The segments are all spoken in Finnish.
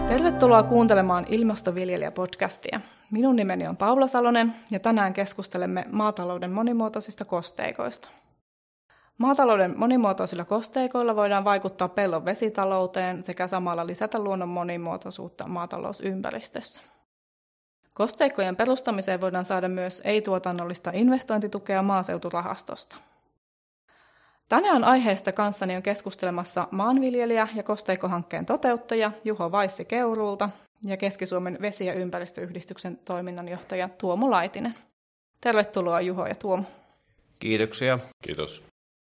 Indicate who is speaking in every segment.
Speaker 1: Tervetuloa kuuntelemaan Ilmastoviljelijä-podcastia. Minun nimeni on Paula Salonen ja tänään keskustelemme maatalouden monimuotoisista kosteikoista. Maatalouden monimuotoisilla kosteikoilla voidaan vaikuttaa pellon vesitalouteen sekä samalla lisätä luonnon monimuotoisuutta maatalousympäristössä. Kosteikkojen perustamiseen voidaan saada myös ei-tuotannollista investointitukea maaseuturahastosta. Tänään aiheesta kanssani on keskustelemassa maanviljelijä ja kosteikkohankkeen toteuttaja Juho Vaissi Keuruulta ja Keski-Suomen vesi- ja ympäristöyhdistyksen toiminnanjohtaja Tuomo Laitinen. Tervetuloa Juho ja Tuomo.
Speaker 2: Kiitoksia. Kiitos.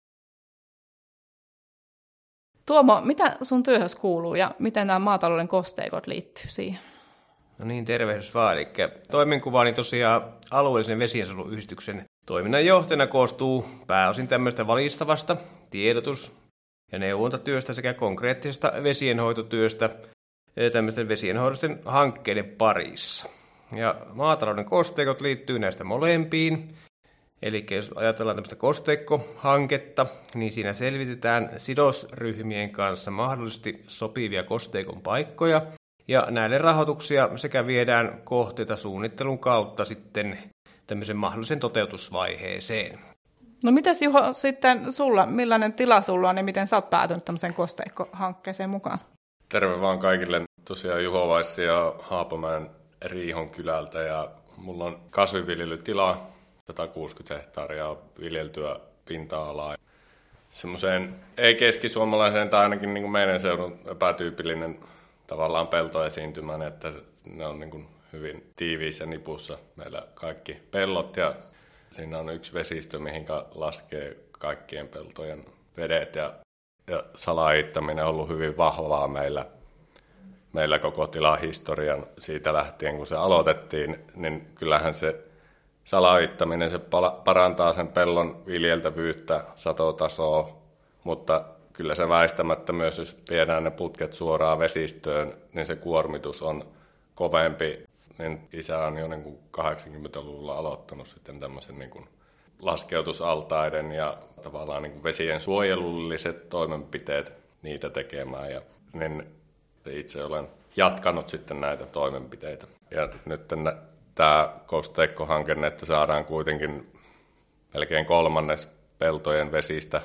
Speaker 1: Tuomo, mitä sun työhös kuuluu ja miten nämä maatalouden kosteikot liittyy siihen?
Speaker 2: No niin, tervehdys vaan. Eli toimenkuvani tosiaan alueellisen vesiensuojeluyhdistyksen toiminnanjohtajana koostuu pääosin tämmöistä valistavasta tiedotus- ja neuvontatyöstä sekä konkreettisesta vesienhoitotyöstä tämmöisten vesienhoidollisten hankkeiden parissa. Ja maatalouden kosteikot liittyy näistä molempiin. Eli jos ajatellaan tämmöistä kosteikkohanketta, niin siinä selvitetään sidosryhmien kanssa mahdollisesti sopivia kosteikon paikkoja, ja näille rahoituksia sekä viedään kohteita suunnittelun kautta sitten tämmöisen mahdollisen toteutusvaiheeseen.
Speaker 1: No mites Juho sitten sulla, millainen tila sulla on ja miten sä oot päätynyt tämmöiseen kosteikkohankkeeseen mukaan?
Speaker 3: Terve vaan kaikille, tosiaan Juho Vaissi ja Haapamäen Riihon kylältä ja mulla on kasvinviljelytila, 160 hehtaaria viljeltyä pinta-alaa. Semmoiseen ei-keskisuomalaiseen tai ainakin niin kuin meidän seudun epätyypillinen tavallaan peltoesiintymään, että ne on niin kuin hyvin tiiviissä nipussa meillä kaikki pellot ja siinä on yksi vesistö, mihin laskee kaikkien peltojen vedet ja salaittaminen on ollut hyvin vahvaa meillä koko tilahistorian siitä lähtien, kun se aloitettiin, niin kyllähän se salaittaminen se parantaa sen pellon viljeltävyyttä, satotasoa, mutta kyllä se väistämättä myös, jos viedään ne putket suoraan vesistöön, niin se kuormitus on kovempi. Niin isä on jo niin kuin 80-luvulla aloittanut sitten tämmöisen niin kuin laskeutusaltaiden ja tavallaan niin kuin vesien suojelulliset toimenpiteet niitä tekemään. Ja niin itse olen jatkanut sitten näitä toimenpiteitä. Ja nyt tämä kosteikkohanke, että saadaan kuitenkin melkein 1/3 peltojen vesistä,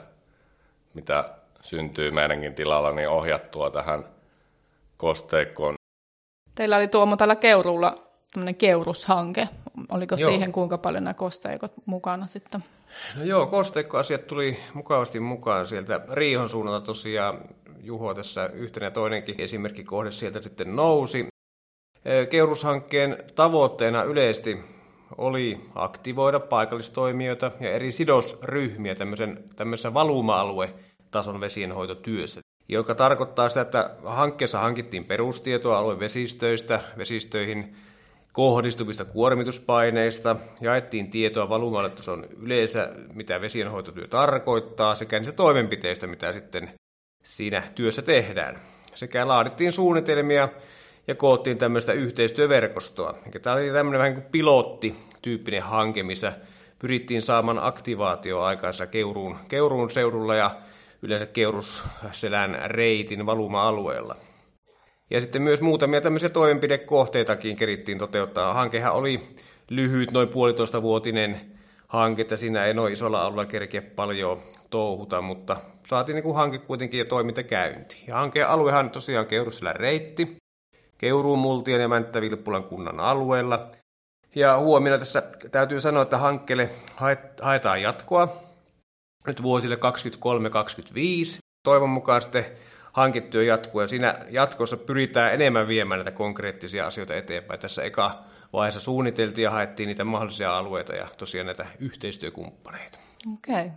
Speaker 3: mitä syntyy meidänkin tilalla, niin ohjattua tähän kosteikkoon.
Speaker 1: Teillä oli Tuomo täällä Keuruulla tämmöinen keurushanke. Oliko siihen kuinka paljon nämä kosteikot mukana sitten?
Speaker 2: No joo, kosteikkoasiat tuli mukavasti mukaan sieltä Riihon suunnalta tosiaan. Juho tässä yhtenä ja toinenkin esimerkkikohde sieltä sitten nousi. Keurushankkeen tavoitteena yleisesti oli aktivoida paikallistoimijoita ja eri sidosryhmiä tämmöisessä valuma-aluetason vesienhoitotyössä, joka tarkoittaa sitä, että hankkeessa hankittiin perustietoa alueen vesistöistä, vesistöihin kohdistuvista kuormituspaineista, jaettiin tietoa valuma-aluetason yleensä, mitä vesienhoitotyö tarkoittaa, sekä niistä toimenpiteistä, mitä sitten siinä työssä tehdään. Sekä laadittiin suunnitelmia ja koottiin tämmöistä yhteistyöverkostoa. Tämä oli tämmöinen vähän kuin pilottityyppinen hanke, missä pyrittiin saamaan aktivaatio aikaisella Keuruun seudulla ja yleensä Keurusselän reitin valuma-alueella. Ja sitten myös muutamia tämmöisiä toimenpidekohteitakin kerittiin toteuttaa. Hankehan oli lyhyt, noin 1,5-vuotinen hanke, että siinä ei noin isolla alueella kerkeä paljon touhuta, mutta saatiin niin kuin hanke kuitenkin ja toiminta käyntiin. Ja hankkeen aluehan tosiaan Keurusselän reitti, Keuruun, Multian ja Mänttä-Vilppulan kunnan alueella. Ja huomenna tässä täytyy sanoa, että hankkeelle haetaan jatkoa nyt vuosille 2023-2025. Toivon mukaan sitten hanketyö jatkuu ja siinä jatkossa pyritään enemmän viemään näitä konkreettisia asioita eteenpäin. Tässä eka vaiheessa suunniteltiin ja haettiin niitä mahdollisia alueita ja tosiaan näitä yhteistyökumppaneita.
Speaker 1: Okei.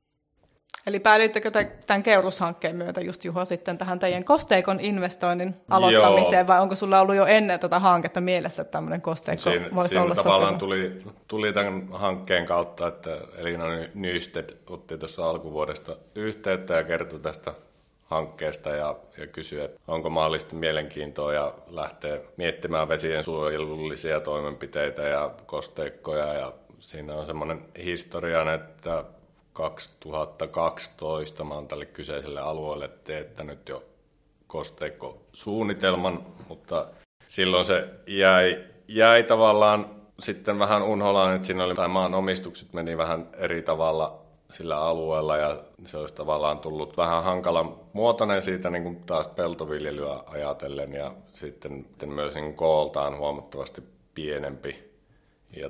Speaker 1: Eli päädyittekö tämän Keurushankkeen myötä just Juho sitten tähän teidän kosteikon investoinnin aloittamiseen, vai onko sulla ollut jo ennen tätä hanketta mielessä, että tämmöinen kosteikko voisi olla
Speaker 3: tavallaan tuli tämän hankkeen kautta, että Elina Nystedt otti tuossa alkuvuodesta yhteyttä ja kertoi tästä hankkeesta ja kysyi, että onko mahdollisesti mielenkiintoa ja lähteä miettimään vesien suojelullisia toimenpiteitä ja kosteikkoja. Ja siinä on semmoinen historia, että 2012 mä oon tälle kyseiselle alueelle teettänyt jo kosteikkosuunnitelman, mutta silloin se jäi tavallaan sitten vähän unholaan, että siinä oli maan omistukset meni vähän eri tavalla sillä alueella ja se olisi tavallaan tullut vähän hankalan muotoinen siitä niin kuin taas peltoviljelyä ajatellen ja sitten myös niin kooltaan huomattavasti pienempi. Ja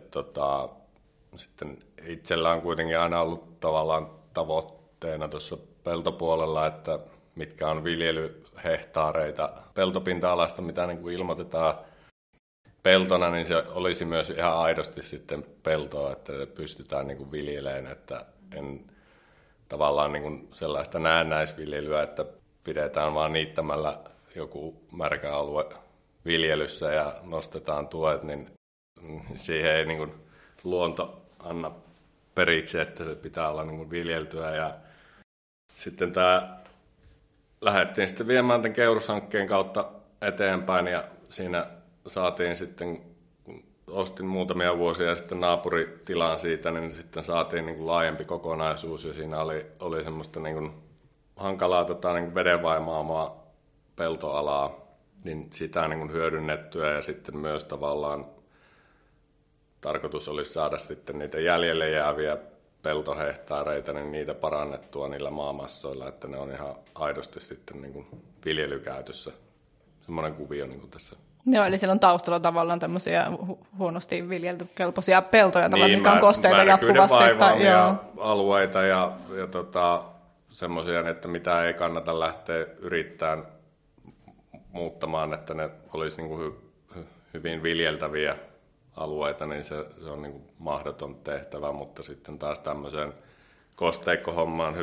Speaker 3: sitten itsellä on kuitenkin aina ollut tavallaan tavoitteena tuossa peltopuolella, että mitkä on viljelyhehtaareita peltopinta-alasta, mitä niin kuin ilmoitetaan peltona, niin se olisi myös ihan aidosti sitten peltoa, että pystytään niin kuin viljelemään, että en tavallaan niin kuin sellaista näennäisviljelyä, että pidetään vaan niittämällä joku märkä alue viljelyssä ja nostetaan tuet, niin siihen ei niin kuin luonto anna periksi, että se pitää olla niin kuin viljeltyä. Ja sitten lähdettiin sitten viemään tämän Keurus-hankkeen kautta eteenpäin ja siinä saatiin sitten, kun ostin muutamia vuosia sitten naapuritilaan siitä, niin sitten saatiin niin kuin laajempi kokonaisuus ja siinä oli semmoista niin kuin hankalaa niin kuin vedenvaimaamaa peltoalaa, niin sitä niin kuin hyödynnettyä ja sitten myös tavallaan tarkoitus olisi saada sitten niitä jäljelle jääviä peltohehtaareita, niin niitä parannettua niillä maamassoilla, että ne on ihan aidosti sitten niin kuin viljelykäytössä. Semmoinen kuvio niin kuin tässä.
Speaker 1: Joo, eli siellä on taustalla tavallaan tämmöisiä huonosti viljeltykelpoisia peltoja, niin, mitkä on kosteita jatkuvasti.
Speaker 3: Alueita ja semmoisia, että mitä ei kannata lähteä yrittämään muuttamaan, että ne olisi niin kuin hyvin viljeltäviä alueita, niin se on niin kuin mahdoton tehtävä, mutta sitten taas tämmöiseen kosteikkohommaan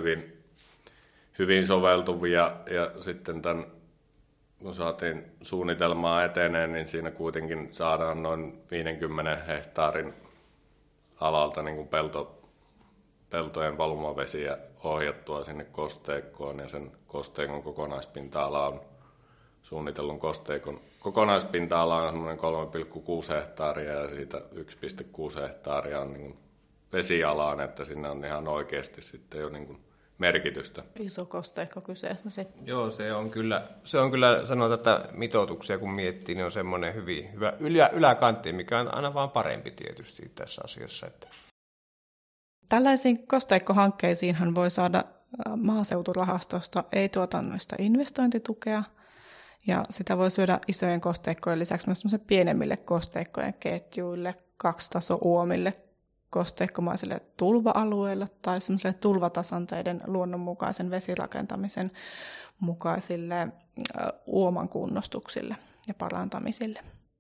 Speaker 3: hyvin soveltuvia ja sitten kun saatiin suunnitelmaa eteneen, niin siinä kuitenkin saadaan noin 50 hehtaarin alalta niin kuin peltojen valumavesiä ohjattua sinne kosteikkoon ja sen kosteikon kokonaispinta-ala on suunnitellun kosteikon kokonaispinta-ala on semmoinen 3,6 hehtaaria ja siitä 1,6 hehtaaria on niin kuin vesialaan, että sinne on ihan oikeasti sitten jo niin kuin merkitystä.
Speaker 1: Iso kosteikko kyseessä sitten.
Speaker 2: Joo, se on kyllä sanotaan, että mitoituksia kun miettii, niin on semmoinen hyvä yläkantti, mikä on aina vaan parempi tietysti tässä asiassa. Että.
Speaker 1: Tällaisiin kosteikkohankkeisiinhan voi saada maaseuturahastosta ei-tuotannollista investointitukea, ja sitä voi syödä isojen kosteikkojen lisäksi myös pienemmille kosteikkojen ketjuille, kaksitaso-uomille, kosteikkomaisille tulva-alueille tai semmoisille tulvatasanteiden luonnonmukaisen vesirakentamisen mukaisille uoman kunnostuksille ja parantamisille.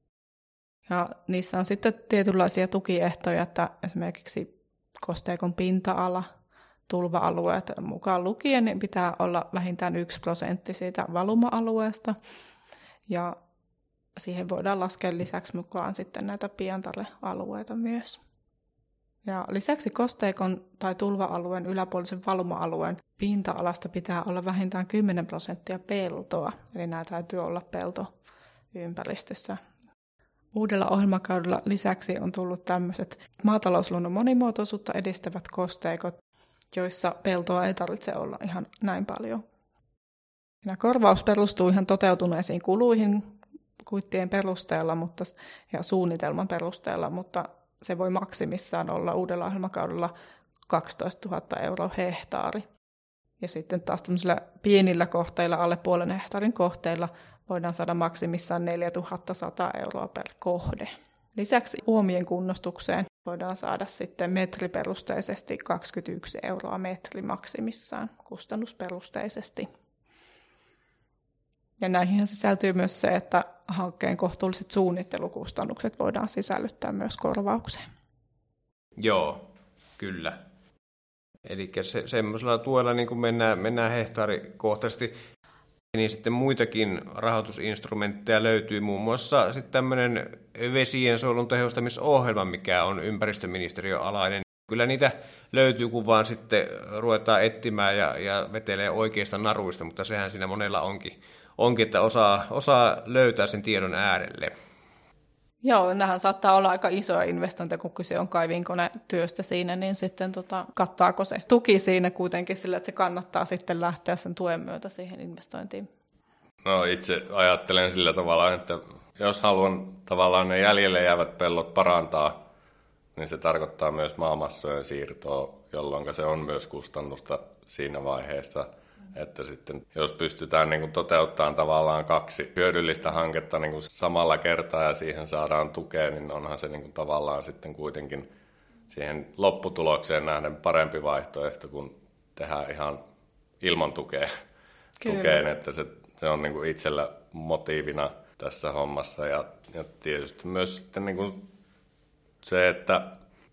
Speaker 1: Ja niissä on sitten tietynlaisia tukiehtoja, että esimerkiksi kosteikon pinta-ala, tulva-alueet mukaan lukien, niin pitää olla vähintään 1% siitä valuma-alueesta. Ja siihen voidaan laskea lisäksi mukaan sitten näitä pientare-alueita myös. Ja lisäksi kosteikon tai tulva-alueen yläpuolisen valuma-alueen pinta-alasta pitää olla vähintään 10% peltoa. Eli nämä täytyy olla peltoympäristössä. Uudella ohjelmakaudella lisäksi on tullut tämmöiset maatalousluonnon monimuotoisuutta edistävät kosteikot, joissa peltoa ei tarvitse olla ihan näin paljon. Ja korvaus perustuu ihan toteutuneisiin kuluihin kuittien perusteella ja suunnitelman perusteella, mutta se voi maksimissaan olla uudella ohjelmakaudella 12 000 € hehtaari. Ja sitten taas tämmöisillä pienillä kohteilla, alle puolen hehtaarin kohteilla, voidaan saada maksimissaan 4 100 € per kohde. Lisäksi uomien kunnostukseen voidaan saada sitten metriperusteisesti 21 € metri maksimissaan kustannusperusteisesti. Ja näihin sisältyy myös se, että hankkeen kohtuulliset suunnittelukustannukset voidaan sisällyttää myös korvaukseen.
Speaker 2: Joo, kyllä. Eli semmoisella tuella niin kun mennään hehtaarikohtaisesti, niin sitten muitakin rahoitusinstrumentteja löytyy, muun muassa sitten tämmöinen vesiensuojelun tehostamisohjelma, mikä on ympäristöministeriön alainen. Kyllä niitä löytyy, kun vaan sitten ruvetaan etsimään ja vetelee oikeista naruista, mutta sehän siinä monella onkin että osaa löytää sen tiedon äärelle.
Speaker 1: Joo, nämähän saattaa olla aika isoja investointeja, kun kyse on kaivinkonetyöstä siinä, niin sitten kattaako se tuki siinä kuitenkin sillä, että se kannattaa sitten lähteä sen tuen myötä siihen investointiin?
Speaker 3: No itse ajattelen sillä tavalla, että jos haluan tavallaan ne jäljelle jäävät pellot parantaa, niin se tarkoittaa myös maamassojen siirtoa, jolloin se on myös kustannusta siinä vaiheessa, että sitten jos pystytään niin kuin toteuttamaan tavallaan 2 hyödyllistä hanketta niin kuin samalla kertaa ja siihen saadaan tukea, niin onhan se niin kuin tavallaan sitten kuitenkin siihen lopputulokseen nähden parempi vaihtoehto, kun tehdään ihan ilman tukea. Tukeen, että se on niin kuin itsellä motiivina tässä hommassa ja tietysti myös sitten niin kuin se, että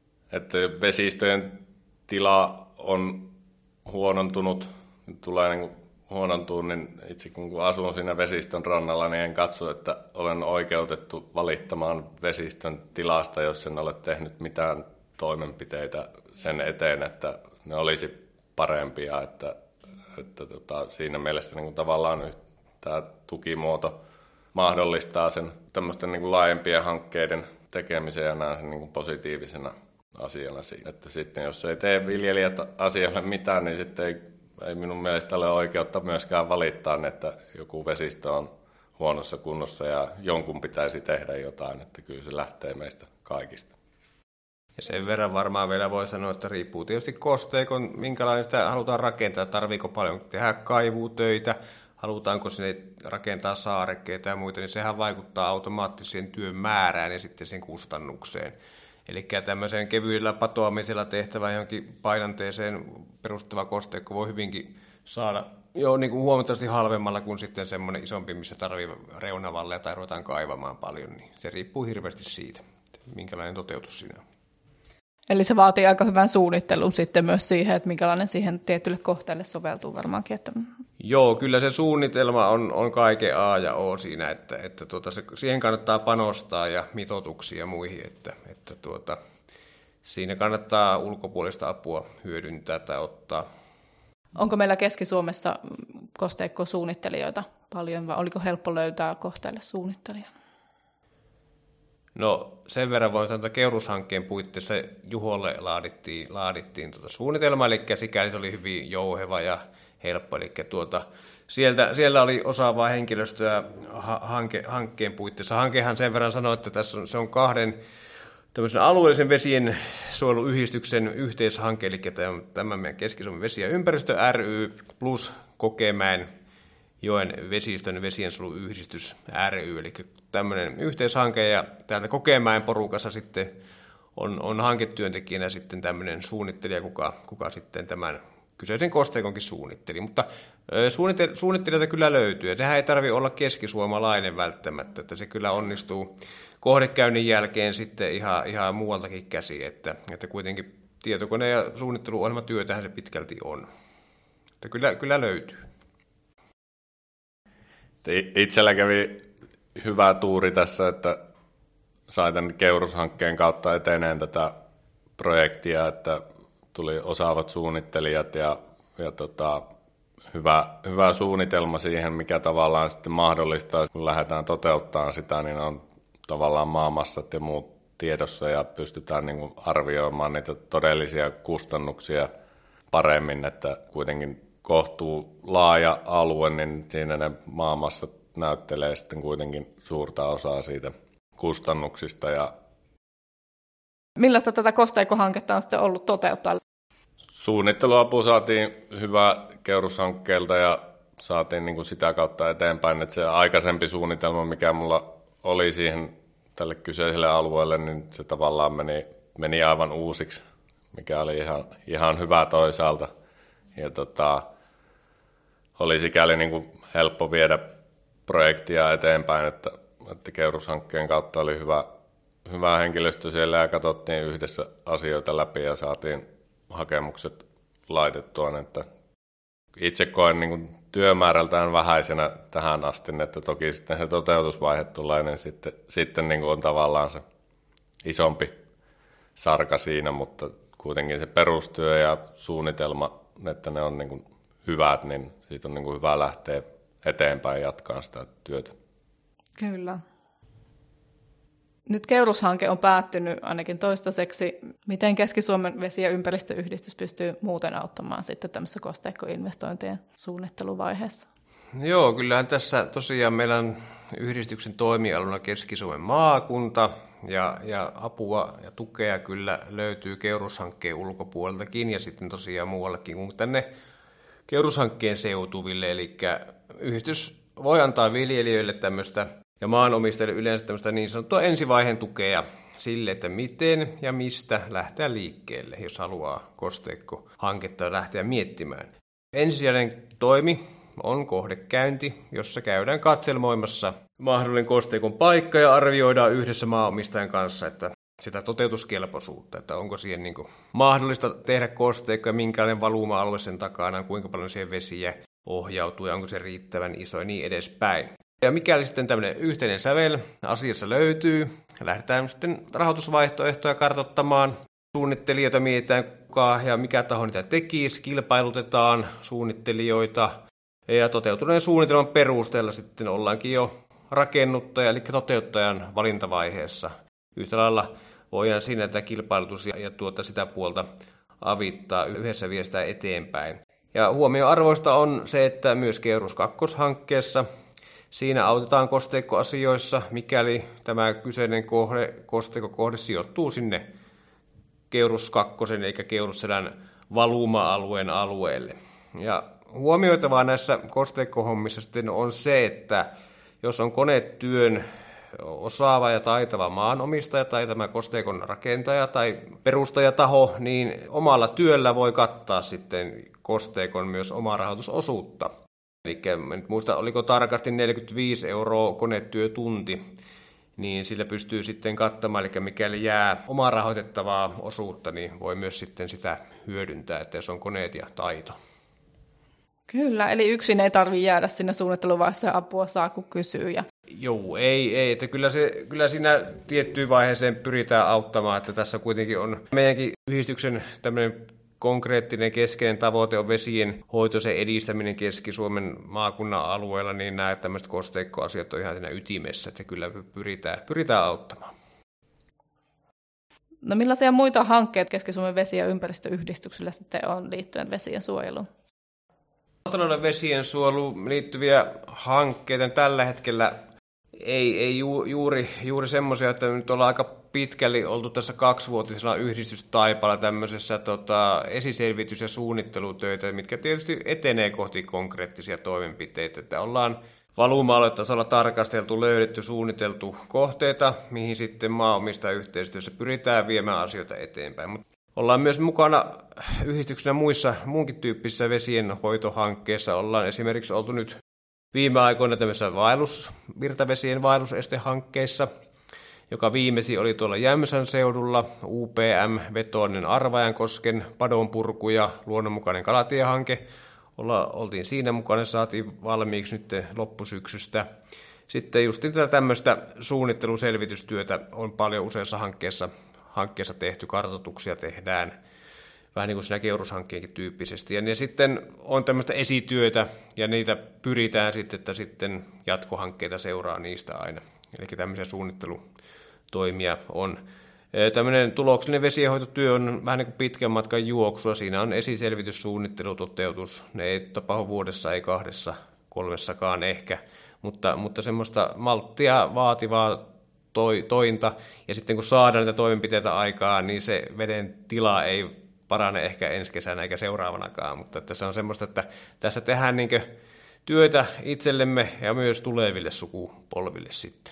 Speaker 3: vesistöjen tila on huonontunut, tulee niin kuin huonontua, niin itse kun asun siinä vesistön rannalla, niin en katso, että olen oikeutettu valittamaan vesistön tilasta, jos en ole tehnyt mitään toimenpiteitä sen eteen, että ne olisi parempia, että siinä mielessä niin kuin tavallaan tämä tukimuoto mahdollistaa sen tämmöisten niin kuin laajempien hankkeiden tekemisen ja näen sen niin kuin positiivisena asiana siinä. Että sitten jos ei tee viljelijät asialle mitään, niin sitten ei minun mielestä ole oikeutta myöskään valittaa, että joku vesistö on huonossa kunnossa ja jonkun pitäisi tehdä jotain, että kyllä se lähtee meistä kaikista.
Speaker 2: Ja sen verran varmaan vielä voi sanoa, että riippuu tietysti kosteikon, minkälainen sitä halutaan rakentaa, tarviiko paljon tehdä kaivutöitä, halutaanko sinne rakentaa saarekkeita ja muita, niin sehän vaikuttaa automaattisesti työn määrään ja sitten sen kustannukseen. Eli tämmöiseen kevyillä patoamisella tehtävä johonkin painanteeseen perustava kosteikko voi hyvinkin saada jo niin kuin huomattavasti halvemmalla kuin sitten semmoinen isompi, missä tarvitsee reunavalle tai ruvetaan kaivamaan paljon, niin se riippuu hirveästi siitä, minkälainen toteutus siinä on.
Speaker 1: Eli se vaatii aika hyvän suunnittelun sitten myös siihen, että minkälainen siihen tietylle kohteelle soveltuu varmaankin. Että...
Speaker 2: Joo, kyllä se suunnitelma on kaiken A ja O siinä, että siihen kannattaa panostaa ja mitoituksia ja muihin, että siinä kannattaa ulkopuolista apua hyödyntää tai ottaa.
Speaker 1: Onko meillä Keski-Suomessa kosteikkosuunnittelijoita paljon vai oliko helppo löytää kohteelle suunnittelija?
Speaker 2: No sen verran voin sanoa, että Keurus-hankkeen puitteissa Juholle laadittiin suunnitelma, eli sikäli se oli hyvin jouheva ja helppo. Eli siellä oli osaavaa henkilöstöä hankkeen puitteissa. Hankehan sen verran sanoi, että se on 2 tämmöisen alueellisen vesien suojeluyhdistyksen yhteishanke, eli tämä meidän Keski-Suomen vesi- ja ympäristö ry plus Kokemäen joen vesistön vesiensuojeluyhdistys ry, eli tämmöinen yhteishanke, ja täältä Kokemäen porukassa sitten on hanketyöntekijänä sitten tämmöinen suunnittelija, kuka sitten tämän kyseisen kosteikonkin suunnitteli, mutta suunnittelijoita kyllä löytyy, ja sehän ei tarvitse olla keskisuomalainen välttämättä, että se kyllä onnistuu kohdekäynnin jälkeen sitten ihan muualtakin käsi, että kuitenkin tietokone- ja suunnitteluohjelmatyötähän se pitkälti on, että kyllä löytyy.
Speaker 3: Itsellä kävi hyvä tuuri tässä, että sain tämän Keurus-hankkeen kautta eteneen tätä projektia, että tuli osaavat suunnittelijat ja hyvä suunnitelma siihen, mikä tavallaan sitten mahdollistaa, kun lähdetään toteuttamaan sitä, niin on tavallaan maamassat ja muut tiedossa ja pystytään niin kuin arvioimaan niitä todellisia kustannuksia paremmin, että kuitenkin kohtuu laaja alue, niin siinä ne maamassat näyttelee sitten kuitenkin suurta osaa siitä kustannuksista.
Speaker 1: Millaista tätä kosteikkohanketta on sitten ollut toteuttaa?
Speaker 3: Suunnitteluapu saatiin hyvä Keurus-hankkeelta ja saatiin niin kuin sitä kautta eteenpäin, että se aikaisempi suunnitelma, mikä mulla oli siihen tälle kyseiselle alueelle, niin se tavallaan meni aivan uusiksi, mikä oli ihan hyvä toisaalta. Ja oli sikäli niin kuin helppo viedä projektia eteenpäin, että Keurus-hankkeen kautta oli hyvä henkilöstö siellä ja katsottiin yhdessä asioita läpi ja saatiin hakemukset laitettua. Että itse koen niin kuin työmäärältään vähäisenä tähän asti, että toki sitten se toteutusvaihe tulee, niin sitten niin kuin on tavallaan se isompi sarka siinä, mutta kuitenkin se perustyö ja suunnitelma, että ne on niin kuin hyvät, niin siitä on niin kuin hyvä lähteä eteenpäin jatkaa sitä työtä.
Speaker 1: Kyllä. Nyt Keurus-hanke on päättynyt ainakin toistaiseksi. Miten Keski-Suomen vesi- ja ympäristöyhdistys pystyy muuten auttamaan sitten tämmöisessä kosteikkoinvestointien suunnitteluvaiheessa?
Speaker 2: Joo, kyllähän tässä tosiaan meillä on yhdistyksen toimialuna Keski-Suomen maakunta ja apua ja tukea kyllä löytyy Keurus-hankkeen ulkopuoleltakin ja sitten tosiaan muuallekin kuin tänne Keurus-hankkeen seutuville. Eli yhdistys voi antaa viljelijöille tämmöistä ja maanomistajille yleensä tämmöistä niin sanottua ensivaiheen tukea sille, että miten ja mistä lähteä liikkeelle, jos haluaa kosteikkohanketta lähteä miettimään. Ensisijainen toimi on kohdekäynti, jossa käydään katselmoimassa mahdollinen kosteikon paikka ja arvioidaan yhdessä maanomistajan kanssa, että sitä toteutuskelpoisuutta, että onko siihen niin kuin mahdollista tehdä kosteikko ja minkälainen valuma-alue sen takana, kuinka paljon siihen vesiä ohjautuu ja onko se riittävän iso ja niin edespäin. Ja mikäli sitten tämmöinen yhteinen sävel asiassa löytyy, lähdetään sitten rahoitusvaihtoehtoja kartoittamaan. Suunnittelijoita mietitään, kuka ja mikä taho niitä tekisi, kilpailutetaan suunnittelijoita ja toteutuneen suunnitelman perusteella sitten ollaankin jo rakennuttaja, eli toteuttajan valintavaiheessa. Yhtä lailla voidaan siinä tätä kilpailutus ja sitä puolta avittaa yhdessä viestää eteenpäin. Ja huomioarvoista on se, että myös Keurus 2-hankkeessa siinä autetaan kosteikkoasioissa, mikäli tämä kyseinen kosteikkokohde sijoittuu sinne Keurus 2 eikä Keurusselän valuma-alueen alueelle. Ja huomioitavaa näissä kosteikkohommissa sitten on se, että jos on konetyön osaava ja taitava maanomistaja tai tämä kosteikon rakentaja tai perustajataho, niin omalla työllä voi kattaa sitten kosteikon myös omaa rahoitusosuutta. Eli en muista, oliko tarkasti 45 € konetyötunti, niin sillä pystyy sitten kattamaan, eli mikäli jää omaa rahoitettavaa osuutta, niin voi myös sitten sitä hyödyntää, että jos on koneet ja taito.
Speaker 1: Kyllä, eli yksin ei tarvitse jäädä sinne suunnitteluvaiheessa ja apua saa, kun kysyy.
Speaker 2: Joo, ei. Että kyllä siinä tiettyyn vaiheeseen pyritään auttamaan, että tässä kuitenkin on meidänkin yhdistyksen tämmöinen konkreettinen keskeinen tavoite on vesien hoitoisen edistäminen Keski-Suomen maakunnan alueella, niin nämä tämmöiset kosteikkoasiat on ihan siinä ytimessä, että kyllä pyritään auttamaan.
Speaker 1: No millaisia muita hankkeita Keski-Suomen vesi- ja ympäristöyhdistyksillä sitten on liittyen vesien suojeluun?
Speaker 2: Maatalouden vesien suojeluun liittyviä hankkeita tällä hetkellä ei juuri semmoisia, että nyt ollaan aika pitkälle oltu tässä 2-vuotisella yhdistystaipalla tämmöisessä esiselvitys- ja suunnittelutöitä, mitkä tietysti etenee kohti konkreettisia toimenpiteitä. Että ollaan valuma-aluetasolla tarkasteltu, löydetty, suunniteltu kohteita, mihin sitten maaomistajayhteistyössä pyritään viemään asioita eteenpäin. Mutta ollaan myös mukana yhdistyksenä muissa muunkin tyyppisissä vesienhoitohankkeissa. Ollaan esimerkiksi oltu nyt viime aikoina tämmöisissä virtavesien vaellusestehankkeissa, joka viimesi oli tuolla Jämsän seudulla, UPM-vetoinen Arvajankosken padonpurku ja luonnonmukainen kalatiehanke. Oltiin siinä mukana, saatiin valmiiksi nyt loppusyksystä. Sitten justiin tätä tämmöistä suunnitteluselvitystyötä on paljon useissa hankkeessa tehty, kartoituksia tehdään, vähän niin kuin siinä Keurus-hankkeenkin tyyppisesti. Ja sitten on tämmöistä esityötä, ja niitä pyritään sitten, että sitten jatkohankkeita seuraa niistä aina. Eli tämmöisiä suunnittelutoimia on. Tämmöinen tuloksellinen vesienhoitotyö on vähän niin kuin pitkän matkan juoksua. Siinä on esiselvitys, suunnittelu, toteutus. Ne ei tapahdu vuodessa, ei 2, 3 ehkä, mutta semmoista malttia vaativaa tointa. Ja sitten kun saadaan näitä toimenpiteitä aikaan, niin se veden tila ei parane ehkä ensi kesänä eikä seuraavanakaan. Mutta että se on semmoista, että tässä tehdään niin kuin työtä itsellemme ja myös tuleville sukupolville sitten.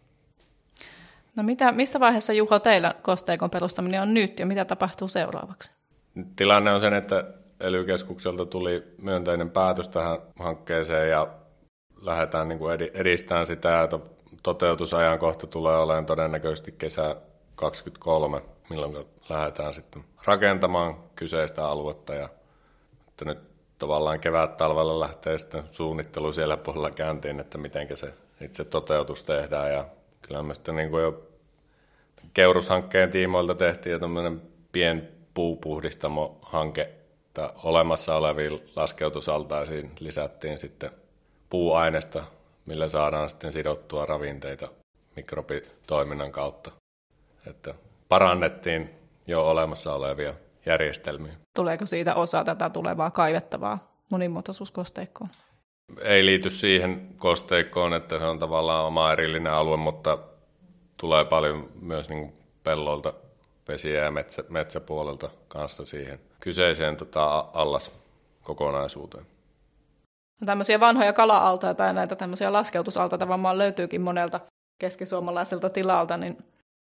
Speaker 1: No missä vaiheessa, Juho, teillä kosteikon perustaminen on nyt ja mitä tapahtuu seuraavaksi?
Speaker 3: Tilanne on sen, että ELY-keskukselta tuli myönteinen päätös tähän hankkeeseen ja lähdetään niin kuin edistämään sitä, että toteutusajankohta tulee olemaan todennäköisesti kesä 2023, milloin lähdetään sitten rakentamaan kyseistä aluetta. Ja että nyt tavallaan kevät-talvella lähtee sitten suunnittelu siellä puolella käyntiin, että miten se itse toteutus tehdään. Ja kyllä me sitten niin kuin jo Keurus-hankkeen tiimoilta tehtiin jo tämmöinen pien puupuhdistamo-hanke, että olemassa oleviin laskeutusaltaisiin lisättiin sitten puuainesta, millä saadaan sitten sidottua ravinteita mikrobitoiminnan kautta. Että parannettiin jo olemassa olevia järjestelmiä.
Speaker 1: Tuleeko siitä osa tätä tulevaa kaivettavaa monimuotoisuuskosteikkoa?
Speaker 3: Ei liity siihen kosteikkoon, että se on tavallaan oma erillinen alue, mutta tulee paljon myös niin kuin pellolta, vesiä ja metsäpuolelta kanssa siihen kyseiseen allaskokonaisuuteen.
Speaker 1: No, tämmöisiä vanhoja kala-altaita tai näitä tämmöisiä laskeutusaltaita varmaan löytyykin monelta keskisuomalaiselta tilalta, niin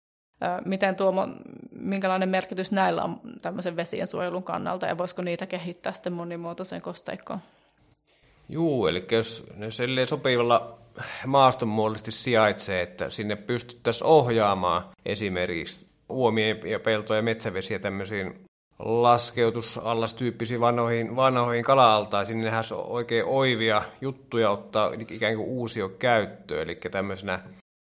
Speaker 1: minkälainen merkitys näillä on tämmöisen vesien suojelun kannalta ja voisiko niitä kehittää sitten monimuotoiseen kosteikkoon?
Speaker 2: Juu, eli jos ne sopivalla maastonmuodollisesti sijaitsee, että sinne pystyttäisiin ohjaamaan esimerkiksi uomien ja peltoja ja metsävesiä tämmöisiin laskeutusallastyyppisiin vanhoihin kala-altaisiin, niin nehän on oikein oivia juttuja ottaa ikään kuin uusio käyttöön, eli tämmöisenä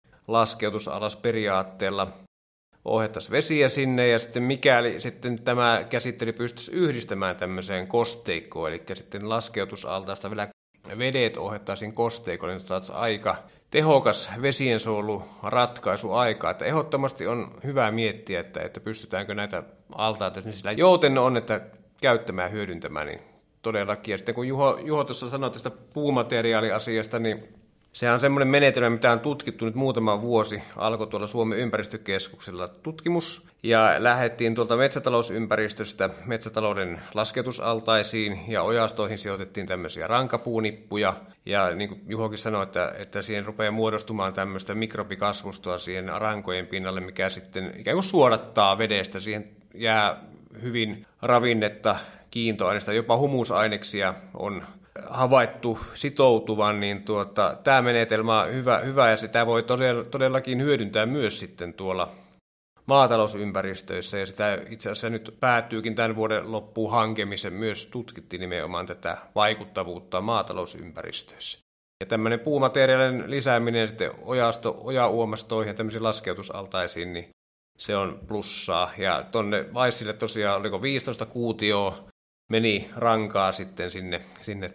Speaker 2: laskeutusalasperiaatteella ohjattaisiin vesiä sinne, ja sitten mikäli sitten tämä käsittely pystyisi yhdistämään tämmöiseen kosteikkoon, eli sitten laskeutusaltaasta vielä vedet ohjattaisiin kosteikolle, niin saataisiin aika tehokas vesiensuojeluratkaisu aikaa. Että ehdottomasti on hyvä miettiä, että pystytäänkö näitä altaita, jos sillä jouten on, että käyttämään ja hyödyntämään, niin todellakin. Ja sitten kun Juho tuossa sanoi tästä puumateriaaliasiasta, niin sehän on semmoinen menetelmä, mitä on tutkittu nyt muutama vuosi. Alkoi tuolla Suomen ympäristökeskuksella tutkimus ja lähdettiin tuolta metsätalousympäristöstä metsätalouden lasketusaltaisiin ja ojastoihin sijoitettiin tämmöisiä rankapuunippuja. Ja niin kuin Juhokin sanoi, että siihen rupeaa muodostumaan tämmöistä mikrobikasvustoa siihen rankojen pinnalle, mikä sitten ikään kuin suodattaa vedestä. Siihen jää hyvin ravinnetta, kiintoaineista, jopa humusaineksia on havaittu sitoutuvan, niin tämä menetelmä on hyvä ja sitä voi todellakin hyödyntää myös sitten tuolla maatalousympäristöissä, ja sitä itse asiassa nyt päättyykin tämän vuoden loppuun hanke, missä myös tutkittiin nimenomaan tätä vaikuttavuutta maatalousympäristöissä. Ja tämmöinen puumateriaalin lisääminen sitten ojauomastoihin ja tämmöisiin laskeutusaltaisiin, niin se on plussaa. Ja tuonne Vaissille tosiaan, oliko 15 kuutioa, meni rankaa sitten sinne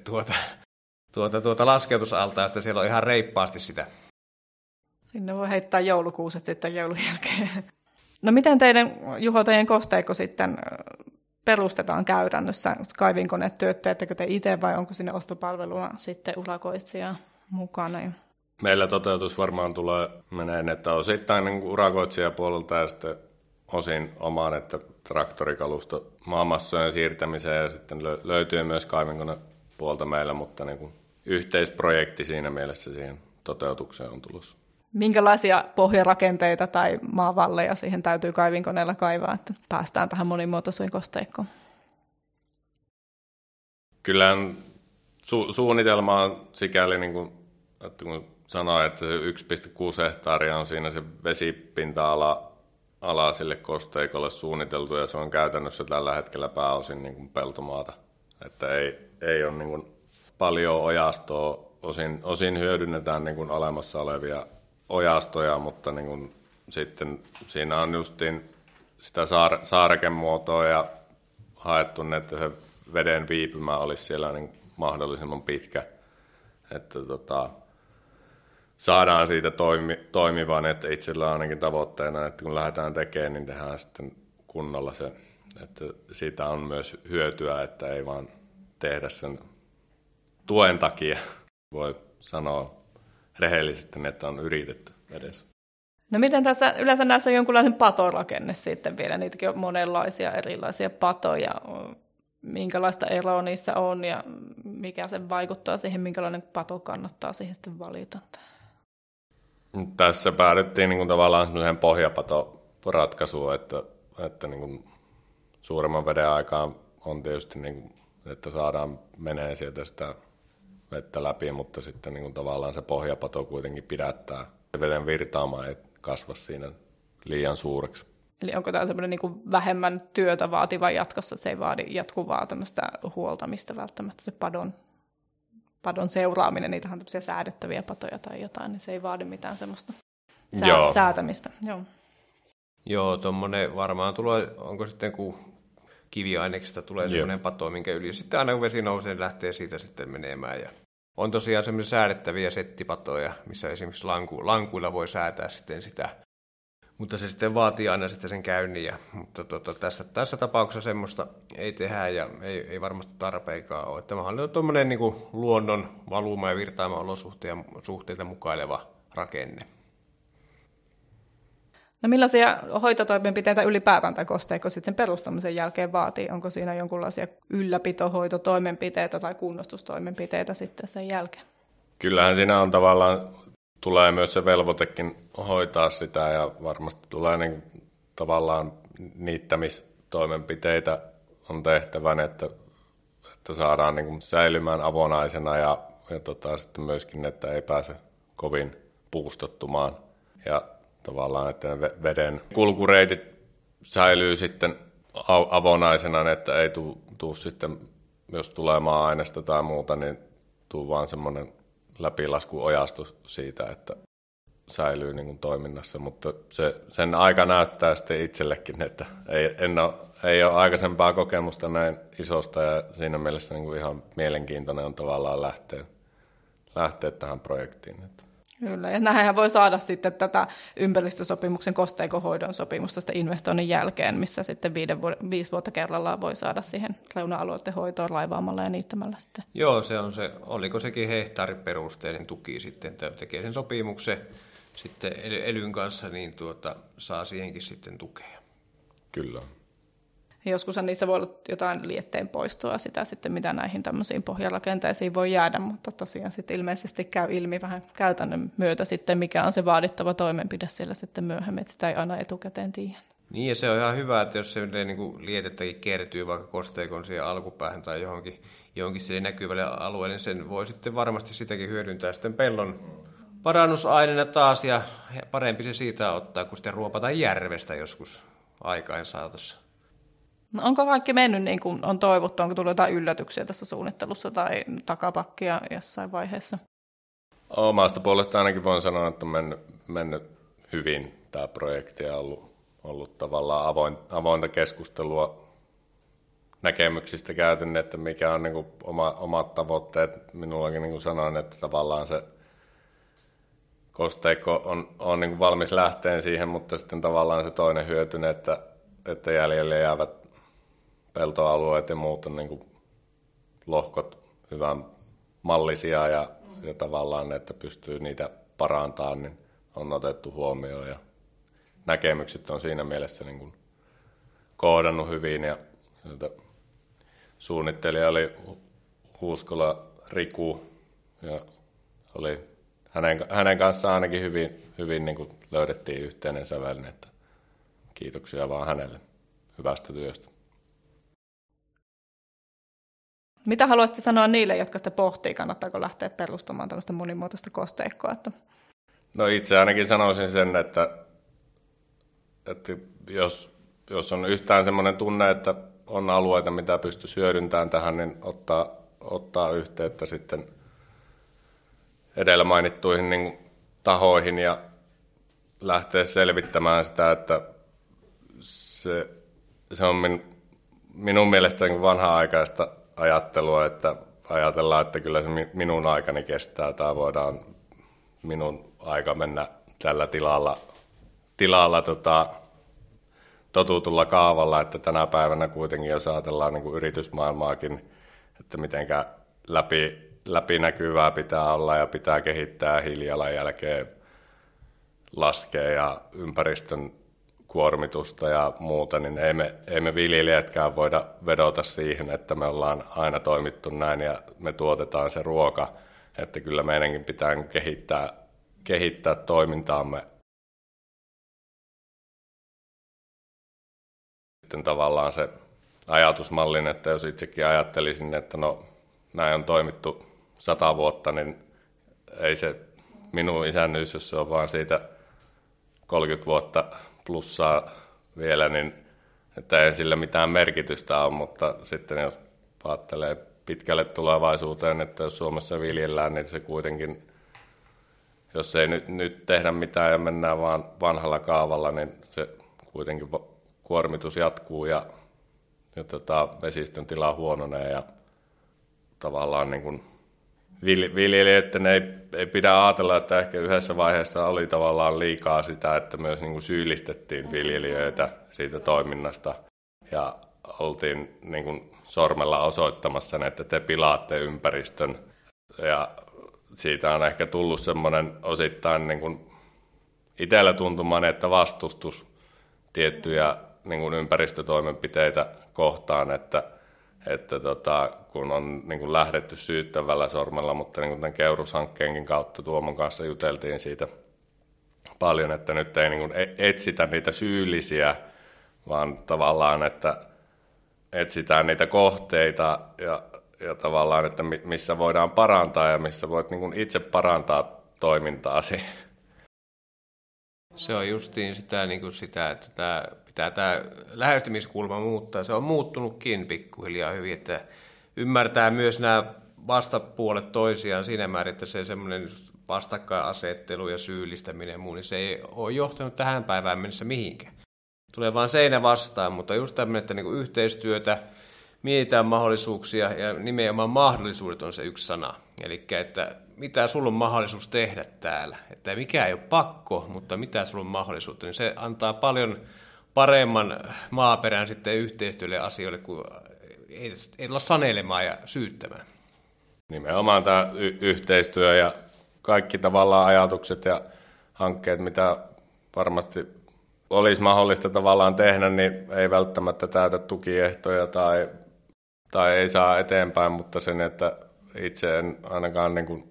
Speaker 2: laskeutusaltaasta, siellä on ihan reippaasti sitä.
Speaker 1: Sinne voi heittää joulukuuset sitten joulun jälkeen. No miten Juho, teidän kosteikko sitten perustetaan käytännössä? Kaivinkoneet teettekö te itse vai onko sinne ostopalveluna sitten urakoitsija mukana?
Speaker 3: Meillä toteutus varmaan menee, että osittain niin urakoitsijapuolelta ja sitten osin omaan, että traktorikalusto maamassojen siirtämiseen ja sitten löytyy myös kaivinkonepuolta meillä, mutta niin kuin yhteisprojekti siinä mielessä siihen toteutukseen on tulossa.
Speaker 1: Minkälaisia pohjarakenteita tai maavalleja siihen täytyy kaivinkoneella kaivaa, että päästään tähän monimuotoiseen kosteikkoon?
Speaker 3: Kyllähän suunnitelma on sikäli, niin kuin, että kun sanoin, että se 1,6 hehtaaria on siinä se vesipinta-ala sille kosteikolle suunniteltu, ja se on käytännössä tällä hetkellä pääosin niin kuin peltomaata. Että ei ole niin kuin paljon ojastoa, osin hyödynnetään niin kuin olemassa olevia ojastoja, mutta niin kuin sitten siinä on justiin sitä saarekemuotoa ja haettu, että se veden viipymä olisi siellä niin mahdollisimman pitkä, että saadaan siitä toimivan, että itsellä on ainakin tavoitteena, että kun lähdetään tekemään, niin tehdään sitten kunnolla se, että siitä on myös hyötyä, että ei vaan tehdä sen tuen takia. Voi sanoa rehellisesti, että on yritetty edes.
Speaker 1: No miten tässä yleensä näissä on jonkunlainen patorakenne sitten vielä? Niitäkin on monenlaisia erilaisia patoja. Minkälaista eroa niissä on ja mikä se vaikuttaa siihen, minkälainen pato kannattaa siihen sitten valita?
Speaker 3: Tässä päädyttiin niin kuin tavallaan sellaiseen pohjapatoratkaisuun, että niin kuin suuremman veden aikaan on tietysti, niin kuin, että saadaan menee sieltä sitä vettä läpi, mutta sitten niin kuin tavallaan se pohjapato kuitenkin pidättää veden virtaamaan, ei kasva siinä liian suureksi.
Speaker 1: Eli onko tämä semmoinen niin kuin vähemmän työtä vaativa jatkossa, että se ei vaadi jatkuvaa tämmöistä huoltamista välttämättä, se padon seuraaminen, niitähän on tämmöisiä säädettäviä patoja tai jotain, niin se ei vaadi mitään semmoista säätämistä.
Speaker 2: Joo, tuommoinen varmaan tulee, onko sitten kun kiviaineksesta tulee semmoinen pato, minkä yli sitten aina kun vesi nousee, niin lähtee siitä sitten menemään. Ja on tosiaan semmoisia säädettäviä settipatoja, missä esimerkiksi lankuilla voi säätää sitten sitä mutta se sitten vaatii aina sitten sen käynnin. Mutta tässä tapauksessa semmoista ei tehdä ja ei varmasti tarpeikaan ole. Tämä on tuommoinen niin kuin luonnon valuma ja virtaama olosuhteita mukaileva rakenne.
Speaker 1: No millaisia hoitotoimenpiteitä ylipäätään tai kosteikko sitten perustamisen jälkeen vaatii? Onko siinä jonkinlaisia ylläpitohoitotoimenpiteitä tai kunnostustoimenpiteitä sitten sen jälkeen?
Speaker 3: Kyllähän siinä on tavallaan, tulee myös se velvoitekin hoitaa sitä ja varmasti tulee niin tavallaan niittämistoimenpiteitä on tehtävän, että saadaan niin säilymään avonaisena ja sitten myöskin, että ei pääse kovin puustottumaan ja tavallaan, että ne veden kulkureitit säilyy sitten avonaisena, että ei tule sitten, jos tulee maa-ainesta tai muuta, niin tuu vaan semmoinen läpilaskuojastus siitä, että säilyy niin kuin toiminnassa, mutta sen aika näyttää sitten itsellekin, että ei ole aikaisempaa kokemusta näin isosta ja siinä mielessä niin kuin ihan mielenkiintoinen on tavallaan lähteä tähän projektiin.
Speaker 1: Kyllä, ja näinhän voi saada sitten tätä ympäristösopimuksen kosteikkohoidon sopimusta sitten investoinnin jälkeen, missä sitten 5 vuotta kerrallaan voi saada siihen reuna-alueiden hoitoon raivaamalla ja niittämällä sitten.
Speaker 2: Joo, se on se, oliko sekin hehtaariperusteinen tuki sitten, että tekee sen sopimuksen sitten elyn kanssa, niin saa siihenkin sitten tukea.
Speaker 3: Kyllä.
Speaker 1: Joskushan niissä voi olla jotain lietteen poistoa sitä sitten, mitä näihin tämmöisiin pohjarakenteisiin voi jäädä, mutta tosiaan sitten ilmeisesti käy ilmi vähän käytännön myötä sitten, mikä on se vaadittava toimenpide siellä sitten myöhemmin, että sitä ei aina etukäteen tiedä.
Speaker 2: Niin ja se on ihan hyvä, että jos se niin kuin lietettäkin kertyy vaikka kosteikon siihen alkupäähän tai johonkin sille näkyvälle alueelle, niin sen voi sitten varmasti sitäkin hyödyntää sitten pellon parannusaineena taas ja parempi se siitä ottaa, kun sitten ruopataan järvestä joskus aikain saatossa.
Speaker 1: No onko kaikki mennyt niin kuin on toivottu? Onko tullut jotain yllätyksiä tässä suunnittelussa tai takapakkia jossain vaiheessa?
Speaker 3: Omasta puolesta ainakin voin sanoa, että on mennyt hyvin tämä projekti ja ollut tavallaan avointa keskustelua näkemyksistä käyty, että mikä on niin kuin omat tavoitteet. Minullakin niin kuin sanoin, että tavallaan se kosteikko on niin kuin valmis lähteen siihen, mutta sitten tavallaan se toinen hyötyne, että jäljelle jäävät peltoalueet ja muut on niin kuin lohkot hyvän mallisia ja tavallaan, että pystyy niitä parantamaan, niin on otettu huomioon ja näkemykset on siinä mielessä niin kuin kohdannut hyvin ja suunnittelija oli Huuskola Riku ja oli hänen kanssaan ainakin hyvin niin kuin löydettiin yhteinen sävel, että kiitoksia vaan hänelle hyvästä työstä.
Speaker 1: Mitä haluaisitte sanoa niille, jotka sitä pohtii, kannattaako lähteä perustamaan tämmöistä monimuotoista kosteikkoa?
Speaker 3: No itse ainakin sanoisin sen, että jos on yhtään semmoinen tunne, että on alueita, mitä pystyy hyödyntämään tähän, niin ottaa yhteyttä sitten edellä mainittuihin niin tahoihin ja lähteä selvittämään sitä, että se on minun mielestäni vanha-aikaista ajattelua, että ajatellaan, että kyllä se minun aikani kestää tai voidaan minun aika mennä tällä tilalla totutulla kaavalla, että tänä päivänä kuitenkin jos ajatellaan niin kuin yritysmaailmaakin, että mitenkä läpinäkyvää pitää olla ja pitää kehittää hiilijalanjälkeä, laskea ja ympäristön kuormitusta ja muuta, niin ei me viljelijätkään voida vedota siihen, että me ollaan aina toimittu näin ja me tuotetaan se ruoka, että kyllä meidänkin pitää kehittää toimintaamme. Sitten tavallaan se ajatusmallin, että jos itsekin ajattelisin, että no näin on toimittu 100 vuotta, niin ei se minun isännyys, jos se on vaan siitä 30 vuotta plussaa vielä, niin että ei sillä mitään merkitystä ole, mutta sitten jos ajattelee pitkälle tulevaisuuteen, että jos Suomessa viljellään, niin se kuitenkin, jos ei nyt tehdä mitään ja mennään vaan vanhalla kaavalla, niin se kuitenkin kuormitus jatkuu ja vesistön tila huononee ja tavallaan niin kuin viljelijöiden ei pidä ajatella, että ehkä yhdessä vaiheessa oli tavallaan liikaa sitä, että myös niin kuin syyllistettiin viljelijöitä siitä toiminnasta ja oltiin niin kuin sormella osoittamassa, että te pilaatte ympäristön. Ja siitä on ehkä tullut semmoinen osittain niin kuin itsellä tuntumaan, että vastustus tiettyjä niin kuin ympäristötoimenpiteitä kohtaan, että kun on niin kuin lähdetty syyttävällä sormella, mutta niin kuin tämän Keurus-hankkeenkin kautta Tuomon kanssa juteltiin siitä paljon, että nyt ei niin kuin etsitä niitä syyllisiä, vaan tavallaan, että etsitään niitä kohteita ja tavallaan, että missä voidaan parantaa ja missä voit niin kuin itse parantaa toimintaasi.
Speaker 2: Se on justiin sitä, että tämä lähestymiskulma muuttaa. Se on muuttunutkin pikkuhiljaa hyvin, että ymmärtää myös nämä vastapuolet toisiaan siinä määrin, että se semmoinen vastakkainasettelu ja syyllistäminen ja muu, niin se ei ole johtanut tähän päivään mennessä mihinkään. Tulee vaan seinä vastaan, mutta just tämmöinen, että niinku yhteistyötä, mietitään mahdollisuuksia ja nimenomaan mahdollisuudet on se yksi sana. Eli että mitä sulla on mahdollisuus tehdä täällä. Että mikä ei ole pakko, mutta mitä sulla on mahdollisuutta, niin se antaa paljon paremman maaperän sitten yhteistyölle ja asioille, kun ei olla sanelemaan ja syyttämään.
Speaker 3: Nimenomaan tämä yhteistyö ja kaikki tavallaan ajatukset ja hankkeet, mitä varmasti olisi mahdollista tavallaan tehdä, niin ei välttämättä täytä tukiehtoja tai ei saa eteenpäin, mutta sen, että itse en ainakaan niin kuin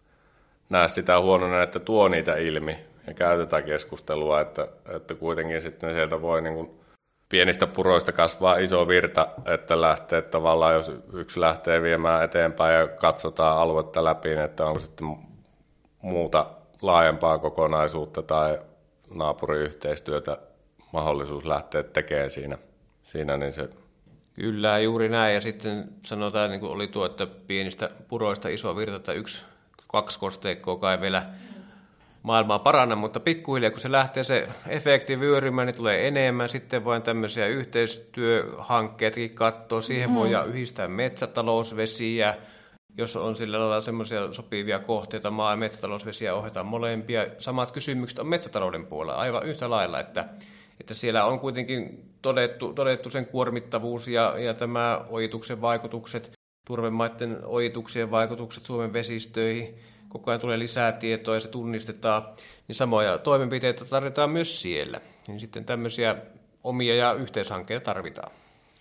Speaker 3: näe sitä huonona, että tuo niitä ilmi ja käy tätä keskustelua, että kuitenkin sitten sieltä voi niin kuin pienistä puroista kasvaa iso virta, että lähtee tavallaan, jos yksi lähtee viemään eteenpäin ja katsotaan aluetta läpi, niin että onko sitten muuta laajempaa kokonaisuutta tai naapuriyhteistyötä mahdollisuus lähteä tekemään siinä niin se.
Speaker 2: Kyllä, juuri näin. Ja sitten sanotaan, niin kuin oli tuo, että pienistä puroista iso virta tai 1-2 kosteikkoa kai vielä maailmaa paranna, mutta pikkuhiljaa kun se lähtee se efekti vyörymään, niin tulee enemmän. Sitten vain tämmöisiä yhteistyöhankkeetkin katsoa. Siihen voidaan yhdistää metsätalousvesiä, jos on sillä lailla semmoisia sopivia kohteita, maa- ja metsätalousvesiä ohjataan molempia. Samat kysymykset on metsätalouden puolella aivan yhtä lailla, että siellä on kuitenkin todettu sen kuormittavuus ja tämä ojituksen vaikutukset, turvemaiden ojituksien vaikutukset Suomen vesistöihin. Koko ajan tulee lisää tietoa ja se tunnistetaan, niin samoja toimenpiteitä tarvitaan myös siellä. Niin sitten tämmöisiä omia ja yhteishankkeita tarvitaan.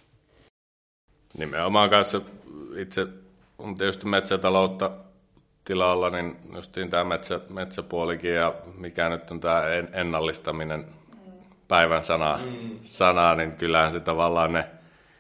Speaker 3: Nimenomaan kanssa itse on tietysti metsätaloutta tilalla, niin justiin tämä metsäpuolikin ja mikä nyt on tämä ennallistaminen päivän sana, niin kyllähän se tavallaan ne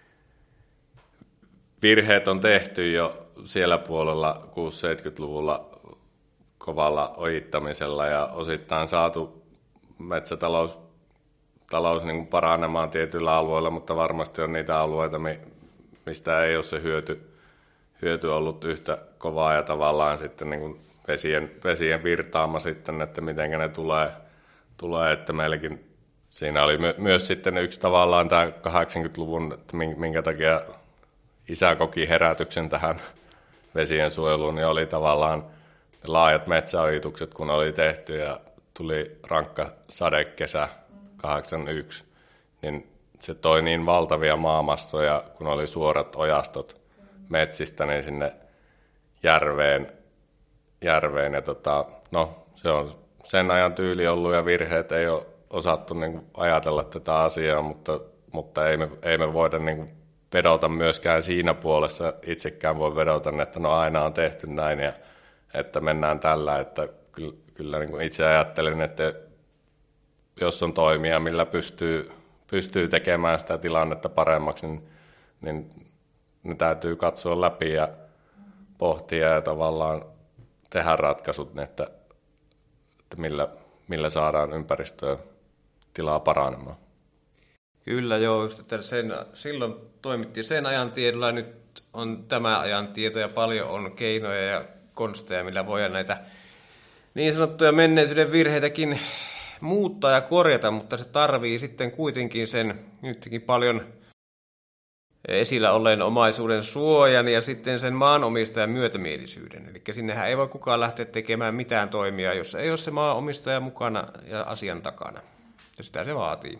Speaker 3: virheet on tehty jo siellä puolella 60-70-luvulla kovalla ojittamisella ja osittain saatu metsätalous niin kuin paranemaan tietyillä alueilla, mutta varmasti on niitä alueita, mistä ei ole se hyöty ollut yhtä kovaa ja tavallaan sitten niin kuin vesien virtaama sitten, että miten ne tulee, että meilläkin siinä oli myös sitten yksi tavallaan tämä 80-luvun, että minkä takia isä koki herätyksen tähän vesien suojeluun, niin oli tavallaan laajat metsäojitukset, kun oli tehty ja tuli rankka sadekesä 81, niin se toi niin valtavia maamassoja, kun oli suorat ojastot metsistä, niin sinne järveen ja se on sen ajan tyyli ollut ja virheet ei ole osattu niin kuin ajatella tätä asiaa, mutta ei me voida niin kuin vedota myöskään siinä puolessa, itsekään voi vedota, että no aina on tehty näin ja että mennään tällä, että kyllä niin kuin itse ajattelen, että jos on toimia, millä pystyy tekemään sitä tilannetta paremmaksi, niin ne täytyy katsoa läpi ja pohtia ja tavallaan tehdä ratkaisut, että millä saadaan ympäristöä tilaa paranemaan.
Speaker 2: Kyllä joo, just, että silloin toimittiin sen ajan tiedolla ja nyt on tämä ajan tieto ja paljon on keinoja ja konsteja, millä voidaan näitä niin sanottuja menneisyyden virheitäkin muuttaa ja korjata, mutta se tarvii sitten kuitenkin sen nytkin paljon esillä olleen omaisuuden suojan ja sitten sen maanomistajan myötämielisyyden. Eli Eli sinnehän ei voi kukaan lähteä tekemään mitään toimia, jos ei ole se maanomistaja mukana ja asian takana. Ja sitä se vaatii.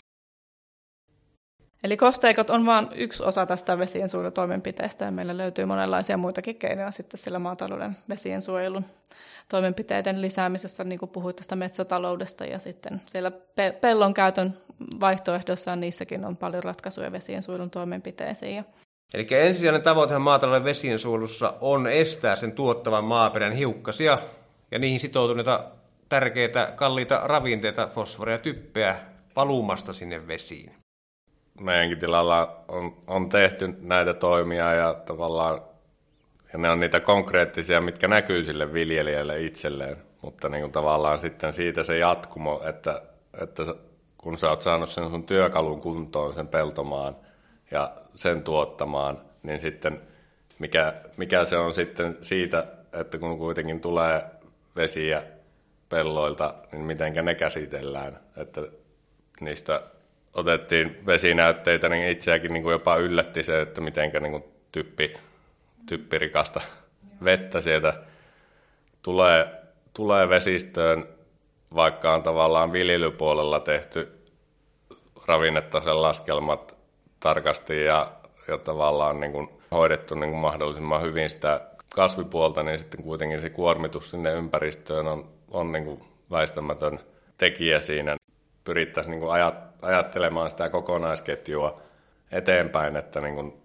Speaker 1: Eli kosteikot on vain yksi osa tästä vesiensuojelutoimenpiteestä, ja meillä löytyy monenlaisia muitakin keinoja sitten sillä maatalouden vesiensuojelun toimenpiteiden lisäämisessä, niin kuin puhuit tästä metsätaloudesta, ja sitten siellä pellon käytön vaihtoehdossa niissäkin on paljon ratkaisuja vesiensuojelun toimenpiteisiin.
Speaker 2: Eli ensisijainen tavoitehan maatalouden vesiensuojelussa on estää sen tuottavan maaperän hiukkasia ja niihin sitoutuneita tärkeitä kalliita ravinteita, fosforia ja typpeä valumasta sinne vesiin.
Speaker 3: Meidänkin tilalla on tehty näitä toimia ja tavallaan ja ne on niitä konkreettisia, mitkä näkyy sille viljelijälle itselleen, mutta niin kuin tavallaan sitten siitä se jatkumo, että kun sä oot saanut sen sun työkalun kuntoon, sen peltomaan ja sen tuottamaan, niin sitten mikä se on sitten siitä, että kun kuitenkin tulee vesiä pelloilta, niin mitenkä ne käsitellään, että niistä otettiin vesinäytteitä, niin itseäkin niin kuin jopa yllätti se, että mitenkä niin kuin typpirikasta vettä sieltä tulee vesistöön, vaikka on tavallaan viljelypuolella tehty ravinnetasen laskelmat tarkasti ja tavallaan niin kuin hoidettu niin kuin mahdollisimman hyvin sitä kasvipuolta, niin sitten kuitenkin se kuormitus sinne ympäristöön on niin kuin väistämätön tekijä siinä. Pyrittäisiin niin kuin ajattelemaan sitä kokonaisketjua eteenpäin, että niin kuin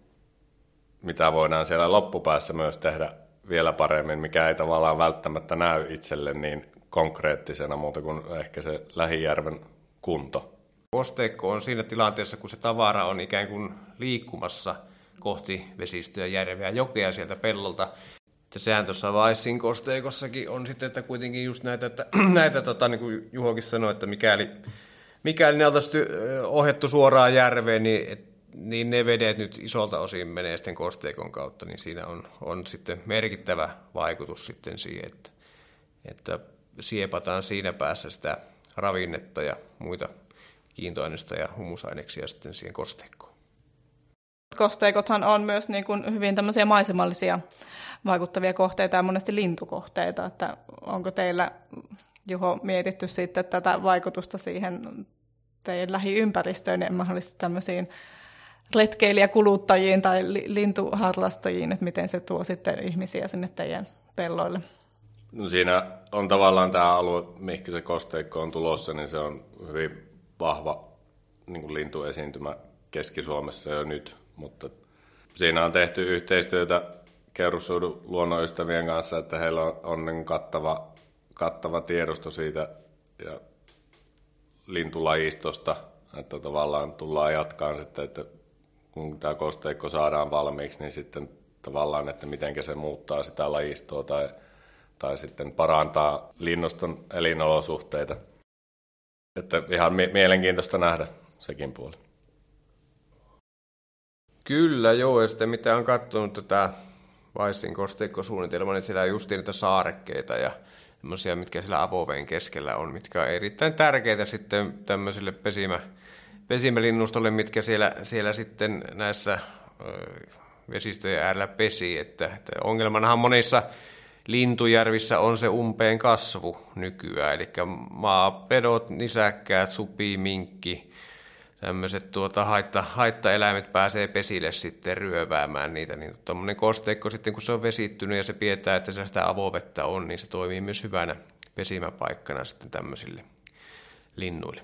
Speaker 3: mitä voidaan siellä loppupäässä myös tehdä vielä paremmin, mikä ei tavallaan välttämättä näy itselle niin konkreettisena muuta kuin ehkä se lähijärven kunto.
Speaker 2: Kosteikko on siinä tilanteessa, kun se tavara on ikään kuin liikkumassa kohti vesistöä, järveä, jokea sieltä pellolta. Ja sehän tuossa Vaissin kosteikossakin on sitten, että kuitenkin just näitä niin kuin Juhokin sanoi, että mikäli ne oltaisiin ohjattu suoraan järveen, niin ne vedet nyt isolta osin menee sitten kosteikon kautta, niin siinä on sitten merkittävä vaikutus sitten siihen, että siepataan siinä päässä sitä ravinnetta ja muita kiintoaineista ja humusaineksia sitten siihen kosteikkoon.
Speaker 1: Kosteikothan on myös niin kuin hyvin tämmöisiä maisemallisia vaikuttavia kohteita ja monesti lintukohteita, että onko teillä, Juho, mietitty sitten tätä vaikutusta siihen teidän lähiympäristöön ja mahdollisesti tämmöisiin retkeilijäkuluttajiin tai lintuharrastajiin, että miten se tuo sitten ihmisiä sinne teidän pelloille?
Speaker 3: No siinä on tavallaan tämä alue, mihin se kosteikko on tulossa, niin se on hyvin vahva niin kuin lintuesiintymä Keski-Suomessa jo nyt, mutta siinä on tehty yhteistyötä Keurussuudun luonnonystävien kanssa, että heillä on niin kattava tiedosto siitä ja lintulajistosta, että tavallaan tullaan jatkaan sitten, että kun tämä kosteikko saadaan valmiiksi, niin sitten tavallaan, että miten se muuttaa sitä lajistoa tai sitten parantaa linnuston elinolosuhteita. Että ihan mielenkiintoista nähdä sekin puoli.
Speaker 2: Kyllä joo, ja sitten mitä on katsonut tätä Vaissin kosteikkosuunnitelmaa, niin siellä on justiin niitä saarekkeita ja semmoisia, mitkä siellä avoveen keskellä on, mitkä on erittäin tärkeitä sitten tämmöiselle pesimälinnustolle, mitkä siellä sitten näissä vesistöjen äärellä pesii. Että ongelmanahan monissa lintujärvissä on se umpeen kasvu nykyään, eli maapedot, nisäkkäät, supi, minkki, tämmöiset haittaeläimet pääsee pesille sitten ryöväämään niitä, niin tuommoinen kosteikko sitten, kun se on vesittynyt ja se tietää, että se sitä avovettä on, niin se toimii myös hyvänä pesimäpaikkana sitten tämmöisille linnuille.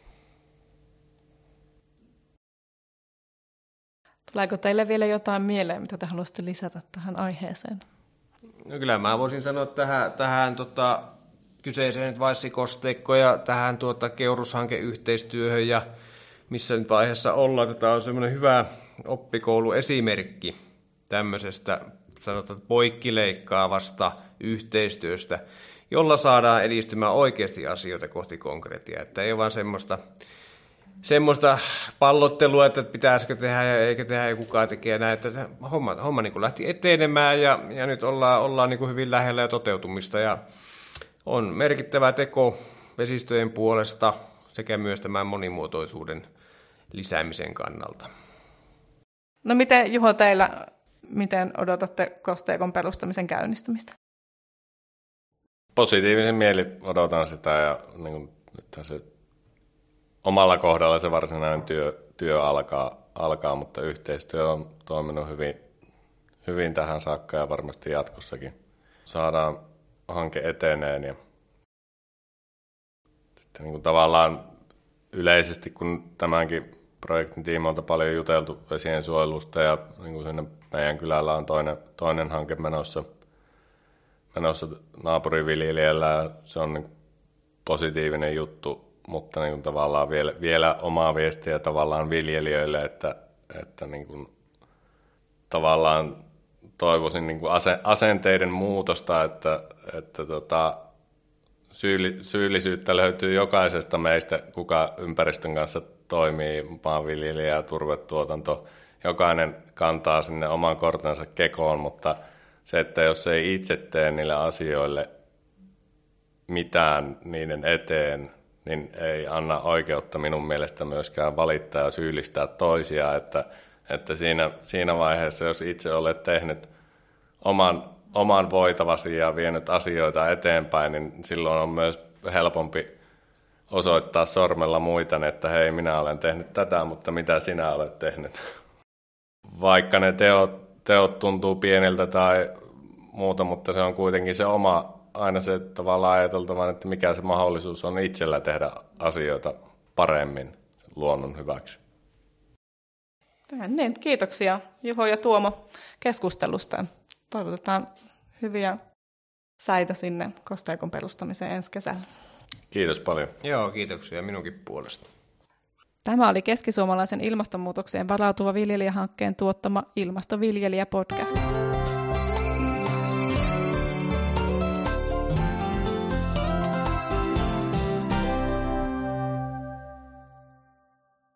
Speaker 1: Tuleeko teille vielä jotain mieleen, mitä te haluaisitte lisätä tähän aiheeseen?
Speaker 2: No kyllä mä voisin sanoa tähän kyseiseen Vaissikosteikkoon ja tähän Keurushankeyhteistyöhön ja missä nyt vaiheessa ollaan. Tämä on semmoinen hyvä oppikouluesimerkki tämmöisestä sanotaan poikkileikkaavasta yhteistyöstä, jolla saadaan edistymään oikeasti asioita kohti konkretiaa. Että ei ole vaan semmoista pallottelua, että pitäisikö tehdä ja eikö tehdä ja kukaan tekee näin. Että se homma niin kuin lähti etenemään ja nyt ollaan niin kuin hyvin lähellä ja toteutumista. Ja on merkittävä teko vesistöjen puolesta sekä myös tämän monimuotoisuuden lisäämisen kannalta.
Speaker 1: No miten, Juho, miten odotatte kosteikon perustamisen käynnistymistä?
Speaker 3: positiivisen mieli odotan sitä ja niin kuin, että se omalla kohdalla se varsinainen työ alkaa, mutta yhteistyö on toiminut hyvin tähän saakka ja varmasti jatkossakin saadaan hanke eteneen. Ja sitten niin kuin tavallaan yleisesti, kun tämänkin projektin tiimoilta paljon juteltu vesien suojelusta ja niin kuin sinne meidän kylällä on toinen hanke menossa naapuriviljelijällä ja se on niin kuin positiivinen juttu, mutta niin kuin tavallaan vielä omaa viestiä tavallaan viljelijöille, että niin kuin tavallaan toivoisin niin kuin asenteiden muutosta, että syyllisyyttä löytyy jokaisesta meistä, kuka ympäristön kanssa toimii, maanviljelijä ja turvetuotanto. Jokainen kantaa sinne oman kortensa kekoon, mutta se, että jos ei itse tee niille asioille mitään niiden eteen, niin ei anna oikeutta minun mielestä myöskään valittaa ja syyllistää toisia, että siinä vaiheessa, jos itse olet tehnyt oman voitavasi ja vienyt asioita eteenpäin, niin silloin on myös helpompi osoittaa sormella muita, että hei, minä olen tehnyt tätä, mutta mitä sinä olet tehnyt? Vaikka ne teot tuntuu pieniltä tai muuta, mutta se on kuitenkin se aina se tavallaan ajateltava, että mikä se mahdollisuus on itsellä tehdä asioita paremmin luonnon hyväksi.
Speaker 1: Niin, kiitoksia Juho ja Tuomo keskustelusta. Toivotetaan hyviä säitä sinne kosteikon perustamiseen ensi kesällä.
Speaker 3: Kiitos paljon.
Speaker 2: Joo, kiitoksia minunkin puolesta.
Speaker 1: Tämä oli keskisuomalaisen ilmastonmuutokseen varautuva viljelijähankkeen tuottama Ilmastoviljelijä podcast.